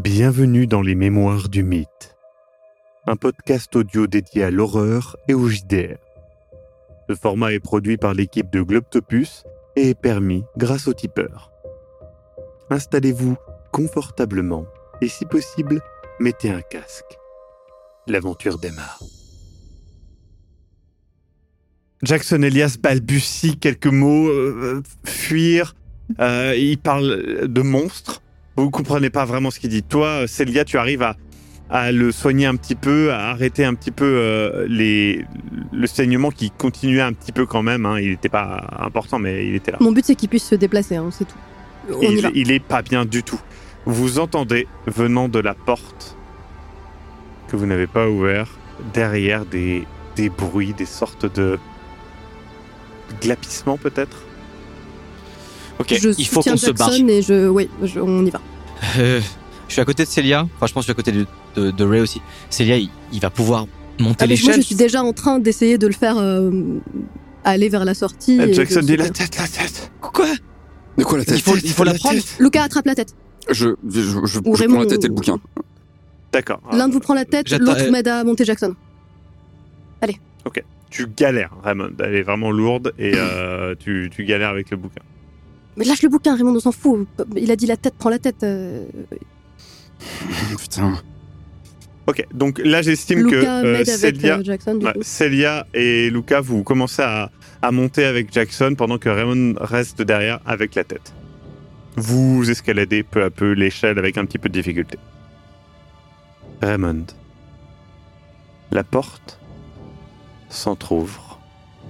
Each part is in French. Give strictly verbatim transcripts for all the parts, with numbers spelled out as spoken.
Bienvenue dans les Mémoires du Mythe, un podcast audio dédié à l'horreur et au J D R. Ce format est produit par l'équipe de Globtopus et est permis grâce au tipeur. Installez-vous confortablement et si possible, mettez un casque. L'aventure démarre. Jackson Elias balbutie quelques mots, euh, fuir, euh, il parle de monstres. Vous ne comprenez pas vraiment ce qu'il dit. Toi, Célia, tu arrives à, à le soigner un petit peu, à arrêter un petit peu euh, les, le saignement qui continuait un petit peu quand même. Hein. Il n'était pas important, mais il était là. Mon but, c'est qu'il puisse se déplacer, hein, c'est tout. On il, y va. il est pas bien du tout. Vous entendez, venant de la porte que vous n'avez pas ouverte, derrière des, des bruits, des sortes de glapissements peut-être. Ok, je il faut qu'on se barre. Et je, oui, je, on y va. Euh, je suis à côté de Célia. Enfin, je pense que je suis à côté de, de, de Ray aussi. Célia, il, il va pouvoir monter ah, l'échelle. Moi, je suis déjà en train d'essayer de le faire euh, aller vers la sortie. Euh, Jackson de... dit la tête, la tête. Quoi ? De quoi la tête ? Il faut, il faut la prendre. Lucas, attrape la tête. Je, je, je, je Ou Raymond, prends la tête et le bouquin. D'accord. L'un de vous prend la tête, J'attends, l'autre euh... m'aide à monter Jackson. Allez. Ok. Tu galères, Raymond. Elle est vraiment lourde et euh, tu, tu galères avec le bouquin. Mais lâche le bouquin, Raymond, on s'en fout. Il a dit la tête, prends la tête. Euh... Putain. Ok, donc là j'estime Luca que euh, Célia, avec, euh, Jackson, du ouais, coup. Célia et Luca, vous commencez à, à monter avec Jackson pendant que Raymond reste derrière avec la tête. Vous escaladez peu à peu l'échelle avec un petit peu de difficulté. Raymond, la porte s'entr'ouvre.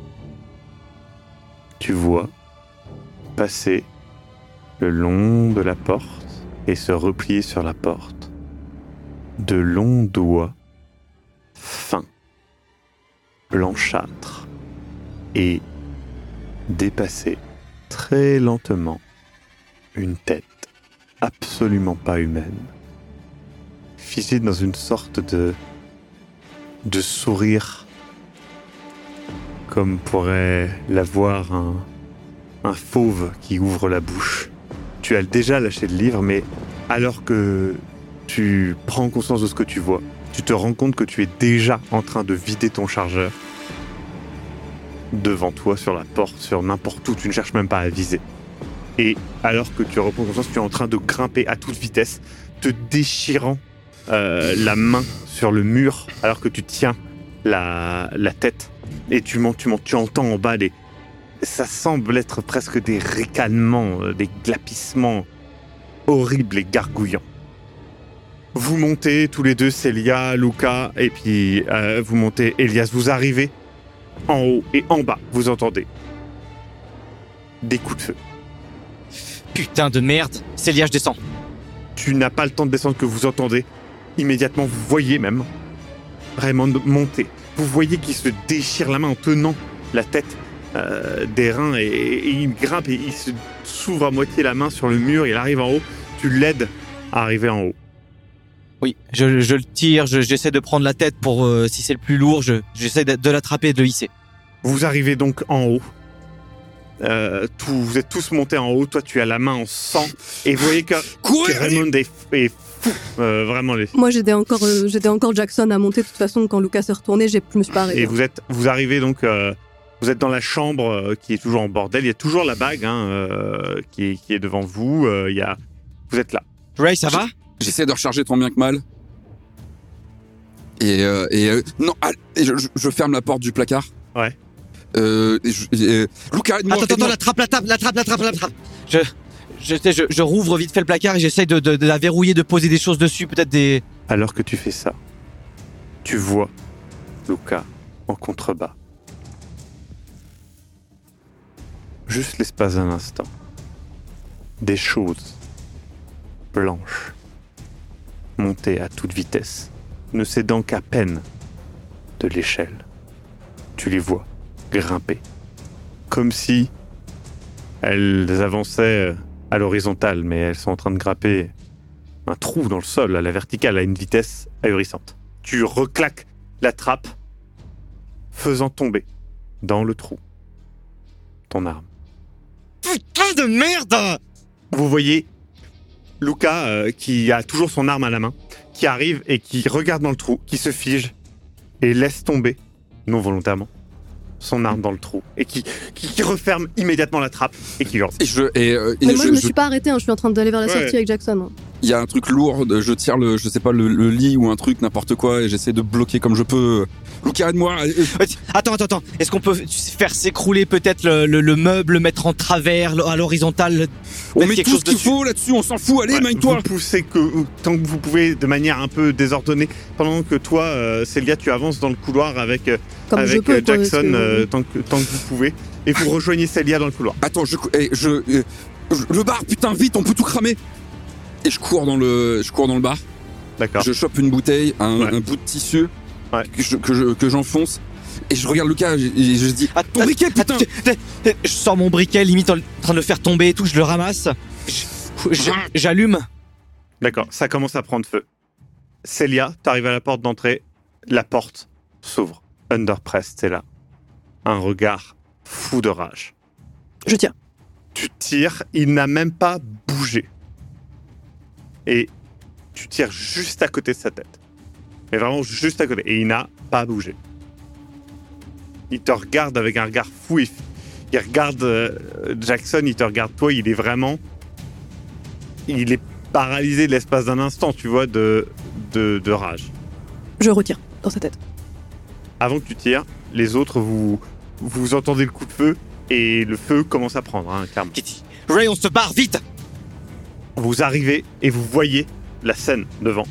Tu vois passer le long de la porte et se replier sur la porte de longs doigts fins, blanchâtres et dépasser très lentement une tête absolument pas humaine, figée dans une sorte de de sourire comme pourrait l'avoir un un fauve qui ouvre la bouche. Tu as déjà lâché le livre, mais alors que tu prends conscience de ce que tu vois, tu te rends compte que tu es déjà en train de vider ton chargeur devant toi, sur la porte, sur n'importe où, tu ne cherches même pas à viser. Et alors que tu reprends conscience, tu es en train de grimper à toute vitesse, te déchirant euh, la main sur le mur alors que tu tiens la, la tête. Et tu montes, tu montes, tu entends en bas des... Ça semble être presque des ricanements, des glapissements horribles et gargouillants. Vous montez tous les deux, Célia, Luca, et puis euh, vous montez Elias. Vous arrivez en haut et en bas, vous entendez des coups de feu. Putain de merde. Célia, je descends. Tu n'as pas le temps de descendre que vous entendez. Immédiatement, vous voyez même Raymond monter. Vous voyez qu'il se déchire la main en tenant la tête Euh, des reins et, et il grimpe et il se s'ouvre à moitié la main sur le mur, il arrive en haut, tu l'aides à arriver en haut. Oui, je, je le tire, je, j'essaie de prendre la tête pour, euh, si c'est le plus lourd, je, j'essaie de, de l'attraper et de le hisser. Vous arrivez donc en haut, euh, tout, vous êtes tous montés en haut, toi tu as la main en sang et vous voyez que, que Raymond est, est fou, euh, vraiment. Les... Moi j'aidais encore, euh, j'aidais encore Jackson à monter, de toute façon quand Lucas s'est retourné, j'ai, je me suis pas arrêté. Et vous, êtes, vous arrivez donc... Euh, Vous êtes dans la chambre euh, qui est toujours en bordel. Il y a toujours la bague hein, euh, qui, est, qui est devant vous. Euh, il y a... Vous êtes là. Ray, ça va ? J'essaie de recharger tant bien que mal. Et, euh, et euh, non, ah, et je, je, je ferme la porte du placard. Ouais. Euh, et je, et, euh, Lucas, aide-moi, Attends, attends, aide-moi. la trappe, la trappe, la trappe, la trappe, la trappe. Je, je, je, je rouvre vite fait le placard et j'essaie de, de, de la verrouiller, de poser des choses dessus, peut-être des... Alors que tu fais ça, tu vois Luca en contrebas. Juste l'espace d'un instant. Des choses blanches monter à toute vitesse, ne cédant qu'à peine de l'échelle. Tu les vois grimper, comme si elles avançaient à l'horizontale, mais elles sont en train de grimper un trou dans le sol, à la verticale, à une vitesse ahurissante. Tu reclaques la trappe, faisant tomber dans le trou ton arme. Putain de merde! Vous voyez Luca, euh, qui a toujours son arme à la main, qui arrive et qui regarde dans le trou, qui se fige et laisse tomber, non volontairement, son arme dans le trou et qui, qui, qui referme immédiatement la trappe et qui hurle. Et je, et, euh, et Mais moi, je, je me je- suis pas arrêté, hein, je suis en train d'aller vers la Ouais. sortie avec Jackson. hein. il y a un truc lourd, de- je tire le, je sais pas, le, le lit ou un truc, n'importe quoi, et j'essaie de bloquer comme je peux. Luca, aide-moi. euh, Attends, attends, attends. Est-ce qu'on peut faire s'écrouler peut-être le, le, le meuble, le mettre en travers, le- à l'horizontale? On mettre met quelque tout chose ce qu'il dessus. faut là-dessus, on s'en fout, allez, Ouais, magne-toi. Vous poussez que, tant que vous pouvez de manière un peu désordonnée, pendant que toi, euh, Célia, tu avances dans le couloir avec, euh, Comme je avec peux. euh, quoi, parce Jackson que- euh, tant, que, tant que vous pouvez, et vous rejoignez Célia dans le couloir. Attends, je, eh, je, euh, je- le bar, putain, vite, on peut tout cramer. Et je cours dans le, je cours dans le bar. D'accord. Je chope une bouteille, un, Ouais. un bout de tissu Ouais. que, je, que, je- que j'enfonce. Et je regarde Lucas et je, et je dis Ah, ton briquet, putain. ah, Je sors mon briquet, limite en train de le faire tomber et tout, je le ramasse. Je- je- J'allume. D'accord, ça commence à prendre feu. Célia, t'arrives à la porte d'entrée, la porte s'ouvre. Underpressed est là. Un regard fou de rage. Je tiens. Tu tires, il n'a même pas bougé. Et tu tires juste à côté de sa tête. Mais vraiment juste à côté. Et il n'a pas bougé. Il te regarde avec un regard fou. Il, il regarde euh, Jackson, il te regarde toi. Il est vraiment... Il est paralysé de l'espace d'un instant, tu vois, de, de, de rage. Je retire dans sa tête. Avant que tu tires, les autres, vous, vous entendez le coup de feu. Et le feu commence à prendre, hein, clairement. Kitty. Ray, on se barre, vite. Vous arrivez et vous voyez la scène devant.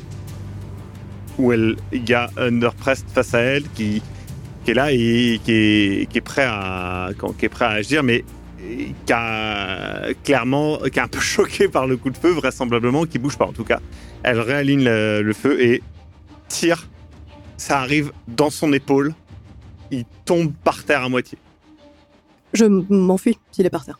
Où elle, il y a Underpressed face à elle qui, qui est là et qui est, qui est prêt à, qui est prêt à agir, mais qui a clairement, qui est un peu choqué par le coup de feu, vraisemblablement, qui bouge pas en tout cas. Elle réaligne le, le feu et tire. Ça arrive dans son épaule. Il tombe par terre à moitié. Je m'enfuis s'il est par terre.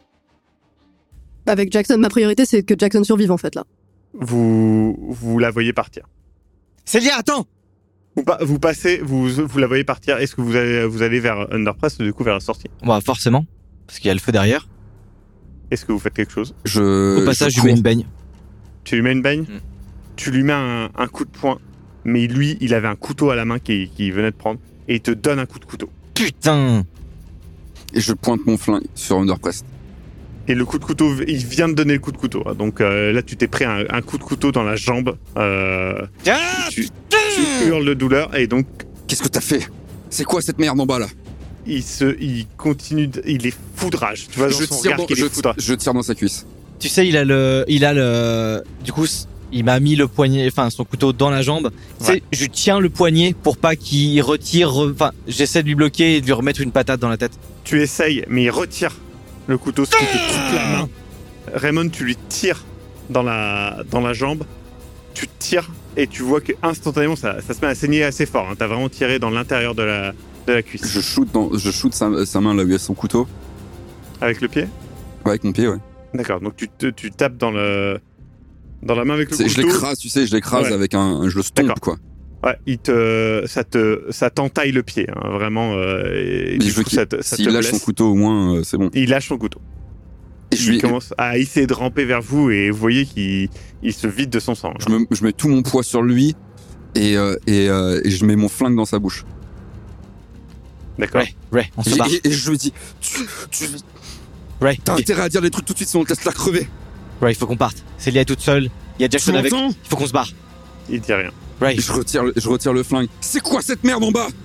Avec Jackson, ma priorité, c'est que Jackson survive, en fait, là. Vous, vous la voyez partir. Célia, attends. Vous, pa- vous passez, vous, vous la voyez partir. Est-ce que vous allez, vous allez vers Underpressed, du coup vers la sortie? Bah, forcément. Parce qu'il y a le feu derrière. Est-ce que vous faites quelque chose? Je, Au passage, je je lui mets cours. une baigne. Tu lui mets une baigne? Mm. Tu lui mets un, un coup de poing, mais lui, il avait un couteau à la main qu'il qui venait de prendre, et il te donne un coup de couteau. Putain. Et je pointe mon flingue sur Underpressed. Et le coup de couteau, il vient de donner le coup de couteau. hein. Donc euh, là, tu t'es pris un, un coup de couteau dans la jambe. Euh, Ah, tu, tu hurles de douleur, et donc Qu'est-ce que t'as fait? C'est quoi cette merde en bas là? il se, il continue, de- il est fou de rage. Tu vois dans Je son tire, regard dans, qu'il je, est fou de rage. je tire dans sa cuisse. Tu sais, il a le, il a le, du coup, c- il m'a mis le poignet, enfin son couteau dans la jambe. Tu sais, Ouais. je tiens le poignet pour pas qu'il retire. re- Enfin, j'essaie de lui bloquer et de lui remettre une patate dans la tête. Tu essayes, mais il retire le couteau, ce qui te coupe la main. Raymond, tu lui tires dans la, dans la jambe. Tu tires et tu vois que instantanément ça, ça se met à saigner assez fort. Hein. T'as vraiment tiré dans l'intérieur de la, de la cuisse. Je shoot, dans, je shoot sa, sa main là où il y a son couteau. Avec le pied? Ouais, avec mon pied, ouais. D'accord, donc tu, te, tu tapes dans, le, dans la main avec le C'est- Je couteau. l'écrase, tu sais, je l'écrase Ouais. avec un, un- je le stompe D'accord. quoi. Ouais, il te, ça te, ça t'entaille le pied, hein, vraiment. Euh, et Mais du je veux coup, qu'il- ça te, ça S'il te lâche son blesse. couteau au moins, euh, c'est bon. Il lâche son couteau. Et je, Il lui, commence à essayer de ramper vers vous et vous voyez qu'il il se vide de son sang. je, me, je mets tout mon poids sur lui et, euh, et, euh, et je mets mon flingue dans sa bouche. D'accord. Ray, Ray, on se Et, barre. et- et je lui dis, tu, tu Ray, as intérêt à dire des trucs tout de suite sinon on te laisse la crever. Ray, il faut qu'on parte. Célia est toute seule. Il y a Tu Jackson avec. m'entends? Il faut qu'on se barre. Il dit rien. Ray, Et je retire, le- je retire le flingue. C'est quoi cette merde en bas?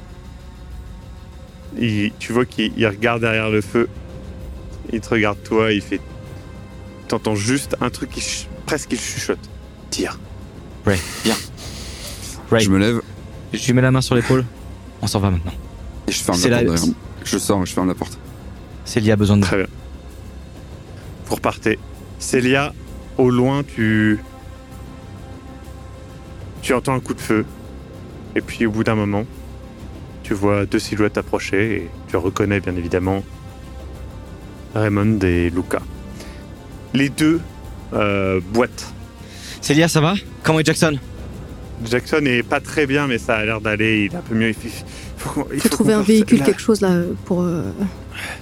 Il- tu vois qu'il il regarde derrière le feu. Il te regarde toi, il fait. T'entends juste un truc qui ch- presque il chuchote. Tire. Ray, viens. Ray, Je me lève je lui mets la main sur l'épaule. On s'en va maintenant. et je ferme C'est la porte la- derrière moi. Je sors et je ferme la porte. Célia a besoin de. Très bien. Vous repartez. Célia, au loin, tu. Tu entends un coup de feu. Et puis au bout d'un moment, tu vois deux silhouettes approcher et tu reconnais bien évidemment Raymond et Luca. Les deux euh, boitent. Célia, ça va? Comment est Jackson? Jackson est pas très bien, mais ça a l'air d'aller. Il est un peu mieux. Il faut, faut qu'on- il Faut faut trouver qu'on un parte véhicule, là. quelque chose, là, pour... euh,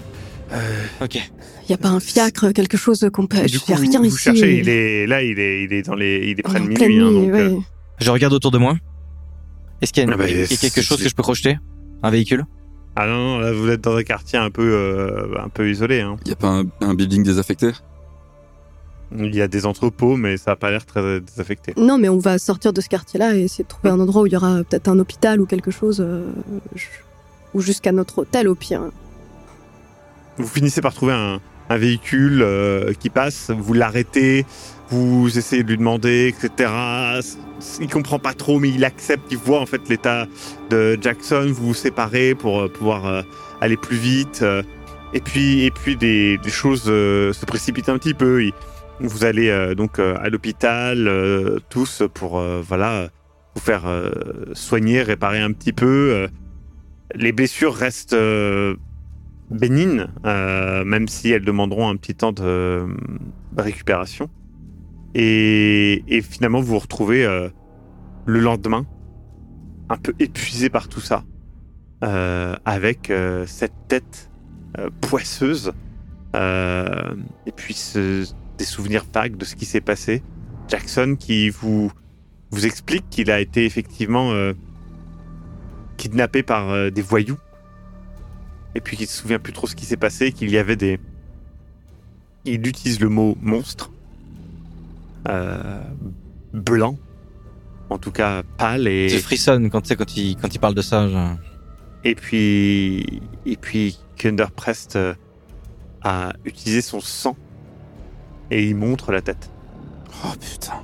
Euh, Ok. Y a pas un fiacre, quelque chose qu'on peut... du coup, y a rien vous, ici. vous cherchez, il est là, il est, il est dans les, il est On près est de en pleine minuit, hein, nuit, donc. ouais. euh, Je regarde autour de moi. Est-ce qu'il y a, une- Ah bah, il y a c'est- quelque chose c'est- que je peux crocheter? Un véhicule? Ah non, non, là vous êtes dans un quartier un peu, euh, un peu isolé. Hein. Y a pas un, un building désaffecté? Il y a des entrepôts, mais ça a pas l'air très désaffecté. Non, mais on va sortir de ce quartier-là et essayer de trouver un endroit où il y aura peut-être un hôpital ou quelque chose, euh, je- ou jusqu'à notre hôtel au pire. Vous finissez par trouver un, un véhicule euh, qui passe, vous l'arrêtez, vous essayez de lui demander, et cetera. Il comprend pas trop, mais il accepte, il voit en fait l'état de Jackson, vous vous séparez pour euh, pouvoir euh, aller plus vite. euh, et puis, et puis des, des choses euh, se précipitent un petit peu. Il- vous allez euh, donc euh, à l'hôpital, euh, tous, pour euh, voilà, vous faire euh, soigner, réparer un petit peu. euh. Les blessures restent euh, bénignes, euh, même si elles demanderont un petit temps de, euh, récupération. Et, et finalement, vous vous retrouvez euh, le lendemain, un peu épuisé par tout ça, euh, avec euh, cette tête euh, poisseuse, euh, et puis ce, des souvenirs vagues de ce qui s'est passé. Jackson qui vous, vous explique qu'il a été effectivement euh, kidnappé par euh, des voyous, et puis qu'il se souvient plus trop ce qui s'est passé, qu'il y avait des... Il utilise le mot monstre, euh, blanc, en tout cas pâle, et, Je frissonne quand, tu sais, quand, il, quand il parle de ça. Je... et puis, et puis qu'Underprest euh, a utilisé son sang et il montre la tête. Oh putain.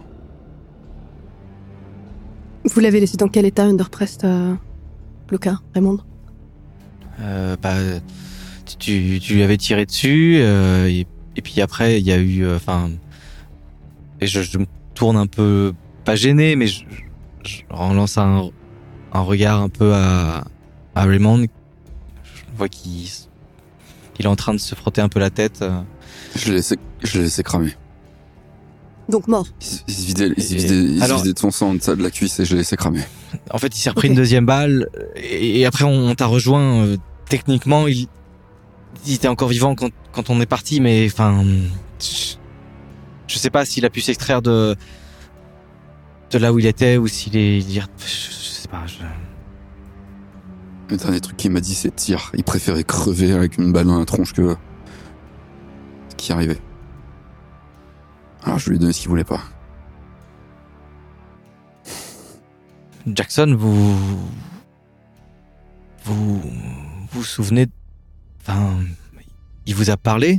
Vous l'avez laissé dans quel état, Underprest, euh, Lucas, Raymond? Euh, bah, tu, tu lui avais tiré dessus, euh, et, et puis après, il y a eu... Enfin... Euh, et je, je me tourne un peu... Pas gêné, mais je, je relance un, un regard un peu à, à Raymond. Je vois qu'il il est en train de se frotter un peu la tête. euh. Je l'ai laissé, je l'ai laissé cramer. Donc mort. Il, se- il se vidait, il se Et- vidait, il se alors- vidait de son sang, de, ça, de la cuisse, et je l'ai laissé cramer. En fait, il s'est repris Ok. une deuxième balle, et, et après, on, on t'a rejoint. euh, techniquement, il, il était encore vivant quand, quand on est parti, mais enfin... Je, je sais pas s'il a pu s'extraire de... de là où il était, ou s'il est... Je, je sais pas, je... Le dernier truc qu'il m'a dit, c'est tire. Il préférait crever avec une balle dans la tronche que ce qui arrivait. Alors je lui ai donné ce qu'il voulait pas. Jackson, vous... Vous... Vous vous souvenez... Enfin... Il vous a parlé?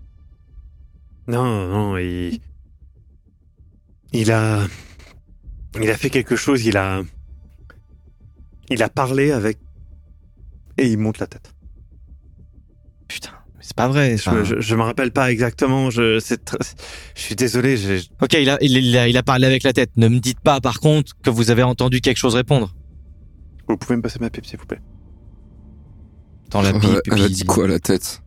Non, non, il... Il a... Il a fait quelque chose, il a... Il a parlé avec... Et il monte la tête. Putain, mais c'est pas vrai. Je, enfin. je, je me rappelle pas exactement, je, c'est très- je suis désolé, j'ai... Ok, il a, il, il a, il a parlé avec la tête. Ne me dites pas, par contre, que vous avez entendu quelque chose répondre. Vous pouvez me passer ma pipe, s'il vous plaît? Dans la Elle, pipe, a- et elle a puis- dit quoi à la tête?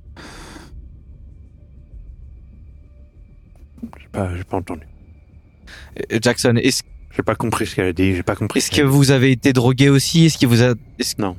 J'ai pas, j'ai pas entendu. Euh, Jackson, est-ce J'ai pas compris ce qu'elle a dit, j'ai pas compris. est-ce ce que qu'elle a dit. vous avez été drogué aussi? Est-ce que vous a... est-ce- Non.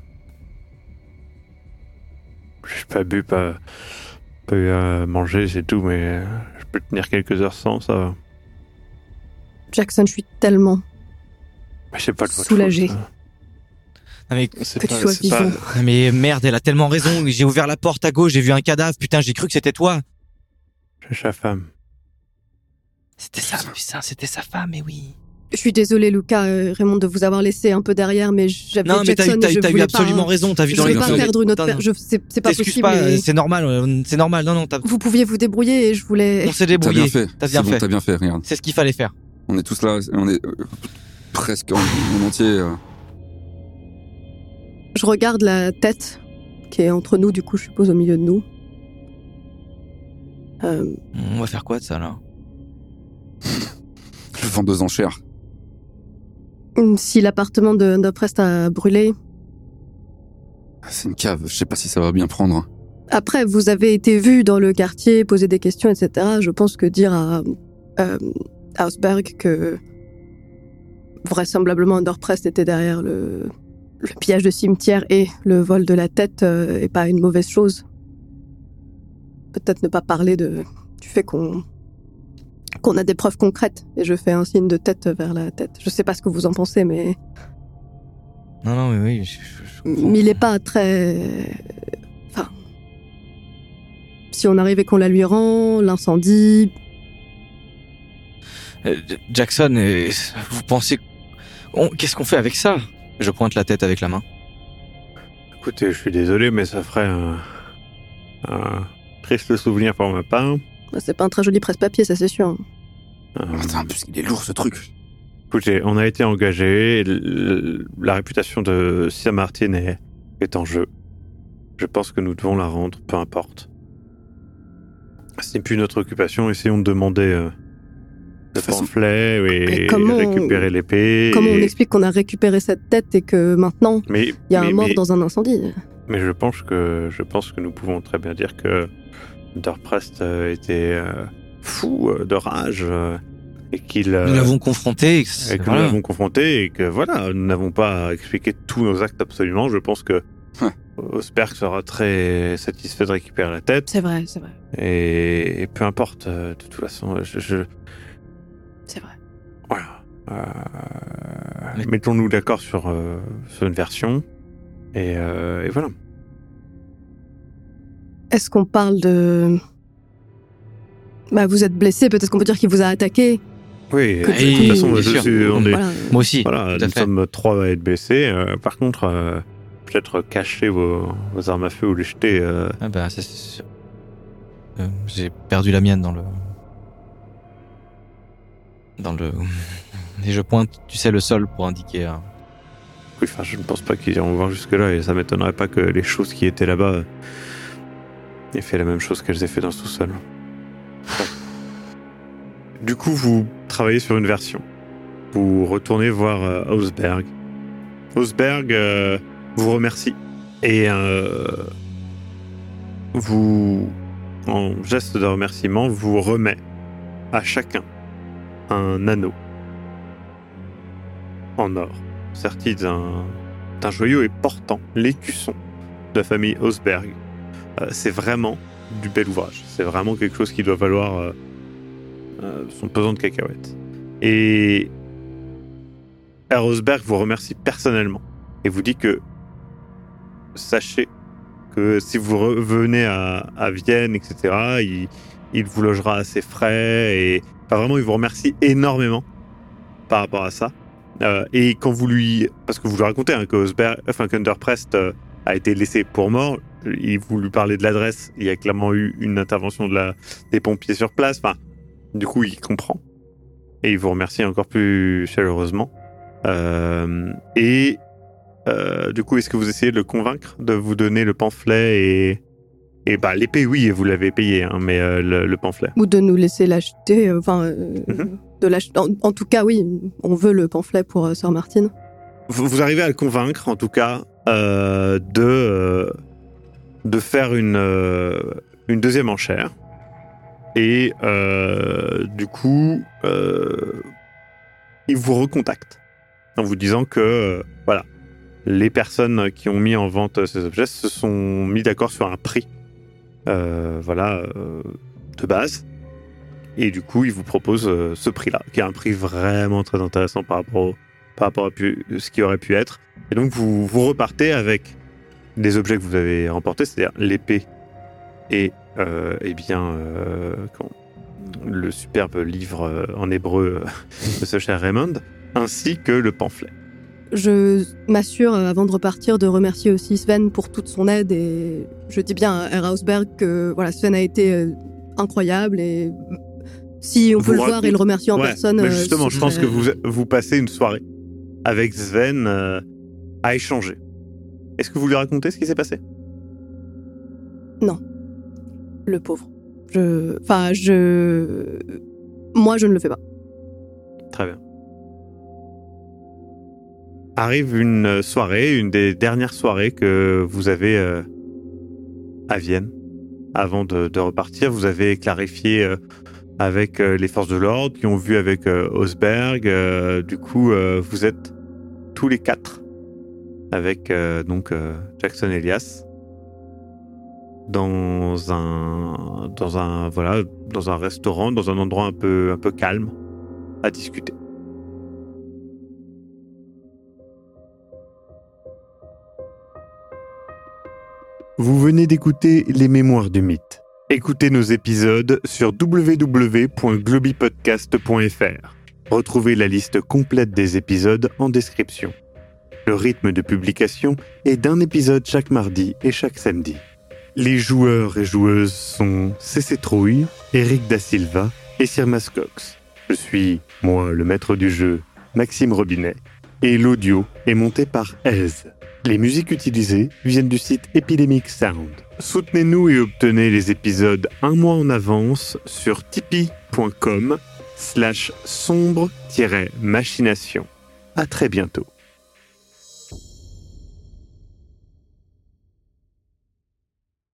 J'ai pas bu, pas, pas eu à manger, c'est tout, mais euh, je peux tenir quelques heures sans, ça va. Jackson, je suis tellement... Mais c'est pas de votre Soulagé. faute, ça. Non, mais... C'est Que tu pas- sois c'est pas- vivant. non, mais merde, elle a tellement raison. J'ai ouvert la porte à gauche, j'ai vu un cadavre. Putain, j'ai cru que c'était toi. C'est sa femme. C'était ça, putain, c'était sa femme, mais oui. Je suis désolée, Lucas, euh, Raymond, de vous avoir laissé un peu derrière, mais j'avais Non, mais t'as Jackson eu, t'as, et je eu- t'as eu voulais absolument pas... raison. T'as vu Je dans voulais les pas bien fait. perdre une autre Non, non. personne. C'est, c'est pas T'excuses possible. pas, mais c'est normal, euh, c'est normal. Non, non, t'as... Vous pouviez vous débrouiller et je voulais... on s'est T'as débrouillé. bien fait. T'as bien C'est bon, fait. t'as bien fait, regarde. C'est ce qu'il fallait faire. On est tous là, on est euh, presque en, en entier. euh. Je regarde la tête qui est entre nous, du coup, je suppose, au milieu de nous. Euh, On va faire quoi de ça, là? Je vends deux enchères. si l'appartement de Underprest a brûlé... C'est une cave, je sais pas si ça va bien prendre. Après, vous avez été vu dans le quartier, poser des questions, et cetera. Je pense que dire à euh, Hausberg que vraisemblablement Underprest était derrière le, le pillage de cimetière et le vol de la tête euh, est pas une mauvaise chose. peut-être ne pas parler de, du fait qu'on, qu'on a des preuves concrètes. Et je fais un signe de tête vers la tête. Je sais pas ce que vous en pensez, mais... Non, non, mais oui, je, je, je comprends. Mais il est pas très... Enfin... Si on arrive et qu'on la lui rend, l'incendie... Euh, Jackson, euh, vous pensez... On... Qu'est-ce qu'on fait avec ça? Je pointe la tête avec la main. Écoutez, je suis désolé, mais ça ferait un, un triste souvenir pour ma part. C'est pas un très joli presse-papier, ça c'est sûr. Euh, Attends, parce qu'il est lourd ce truc. Écoutez, on a été engagé, et l- la réputation de Sir Martin est, est en jeu. Je pense que nous devons la rendre, peu importe. Ce n'est plus notre occupation, essayons de demander euh, le façon- pamphlet et, Et comment- récupérer l'épée. Comment on et- explique qu'on a récupéré cette tête et que maintenant, Mais il y a mais- un mort mais- dans un incendie? Mais je pense que je pense que nous pouvons très bien dire que Underprest euh, était euh, fou euh, de rage euh, et qu'il euh, Nous l'avons confronté. Et et que, que voilà. nous l'avons confronté et que voilà, nous n'avons pas expliqué tous nos actes absolument. Je pense que Ouais. Osberg sera très satisfait de récupérer la tête C'est vrai, c'est vrai, et, et peu importe. euh, De toute façon, je, je- c'est vrai. voilà. Euh, Mais- Mettons-nous d'accord sur, euh, sur une version et, euh, et voilà. Est-ce qu'on parle de... Bah, vous êtes blessé, peut-être qu'on peut dire qu'il vous a attaqué. Oui, Que de du toute coup- façon, bien je sûr. suis, on est, Voilà. Moi aussi. voilà, tout à nous fait. sommes trois à être blessés. Euh, par contre, euh, peut-être cacher vos, vos armes à feu ou les jeter. euh, Ah bah, c'est sûr. Euh, j'ai perdu la mienne dans le... Dans le... Et je pointe, tu sais, le sol pour indiquer... un- Oui, enfin, je ne pense pas qu'ils iront voir jusque-là et ça m'étonnerait pas que les choses qui étaient là-bas euh, aient fait la même chose qu'elles aient fait dans ce sous-sol. Ouais. Du coup, vous travaillez sur une version. Vous retournez voir euh, Osberg. Osberg euh, vous remercie et euh, vous, en geste de remerciement, vous remet à chacun un anneau en or, serti d'un d'un joyau et portant l'écusson de la famille Osberg. Euh, c'est vraiment du bel ouvrage. C'est vraiment quelque chose qui doit valoir euh, euh, son pesant de cacahuètes. Et Herr Osberg vous remercie personnellement et vous dit que sachez que si vous revenez à, à Vienne, et cetera, il, il vous logera à ses frais et enfin, vraiment il vous remercie énormément par rapport à ça. Euh, et quand vous lui, parce que vous lui racontez hein, que Osberg, enfin qu'Underprest euh, a été laissé pour mort, il vous lui parlez de l'adresse, il y a clairement eu une intervention de la, des pompiers sur place. Enfin, du coup, il comprend et il vous remercie encore plus chaleureusement. Euh, et euh, du coup, est-ce que vous essayez de le convaincre de vous donner le pamphlet et et bah l'épée, oui, vous l'avez payé, hein, mais euh, le, le pamphlet. Ou de nous laisser l'acheter, euh, enfin... euh, Mhm. de l'acheter. En, en tout cas, oui, on veut le pamphlet pour euh, Sir Martin. Vous, vous arrivez à le convaincre, en tout cas, euh, de euh, de faire une euh, une deuxième enchère. Et euh, du coup, euh, il vous recontacte en vous disant que euh, voilà, les personnes qui ont mis en vente ces objets se sont mis d'accord sur un prix, euh, voilà, euh, de base. Et du coup, il vous propose euh, ce prix-là, qui est un prix vraiment très intéressant par rapport, au, par rapport à pu, ce qui aurait pu être. Et donc, vous, vous repartez avec des objets que vous avez remportés, c'est-à-dire l'épée et euh, eh bien, euh, quand, le superbe livre euh, en hébreu euh, de ce cher Raymond, ainsi que le pamphlet. Je m'assure, euh, avant de repartir, de remercier aussi Sven pour toute son aide et je dis bien à Herr Hausberg que voilà, Sven a été euh, incroyable et si on Vous peut le raconte- voir et le remercier en Ouais, personne... mais euh, justement, ce je pense que serait- vous, vous passez une soirée avec Sven euh, à échanger. Est-ce que vous lui racontez ce qui s'est passé ? Le pauvre. Je... Enfin, je... Moi, je ne le fais pas. Très bien. Arrive une soirée, une des dernières soirées que vous avez euh, à Vienne. Avant de, de repartir, vous avez clarifié euh, avec euh, les forces de l'ordre qui ont vu avec euh, Osberg. Euh, du coup, euh, vous êtes tous les quatre avec euh, donc euh, Jackson Elias. dans un, dans un, voilà, dans un restaurant, dans un endroit un peu, un peu calme, à discuter. Vous venez d'écouter Les Mémoires du Mythe. Écoutez nos épisodes sur w w w point globipodcast point f r. Retrouvez la liste complète des épisodes en description. Le rythme de publication est d'un épisode chaque mardi et chaque samedi. Les joueurs et joueuses sont C C Trouille, Eric Da Silva et Sirmas Cox. Je suis, moi, le maître du jeu, Maxime Robinet, et l'audio est monté par Eze. Les musiques utilisées viennent du site Epidemic Sound. Soutenez-nous et obtenez les épisodes un mois en avance sur tipeee point com slash sombre machination. À très bientôt.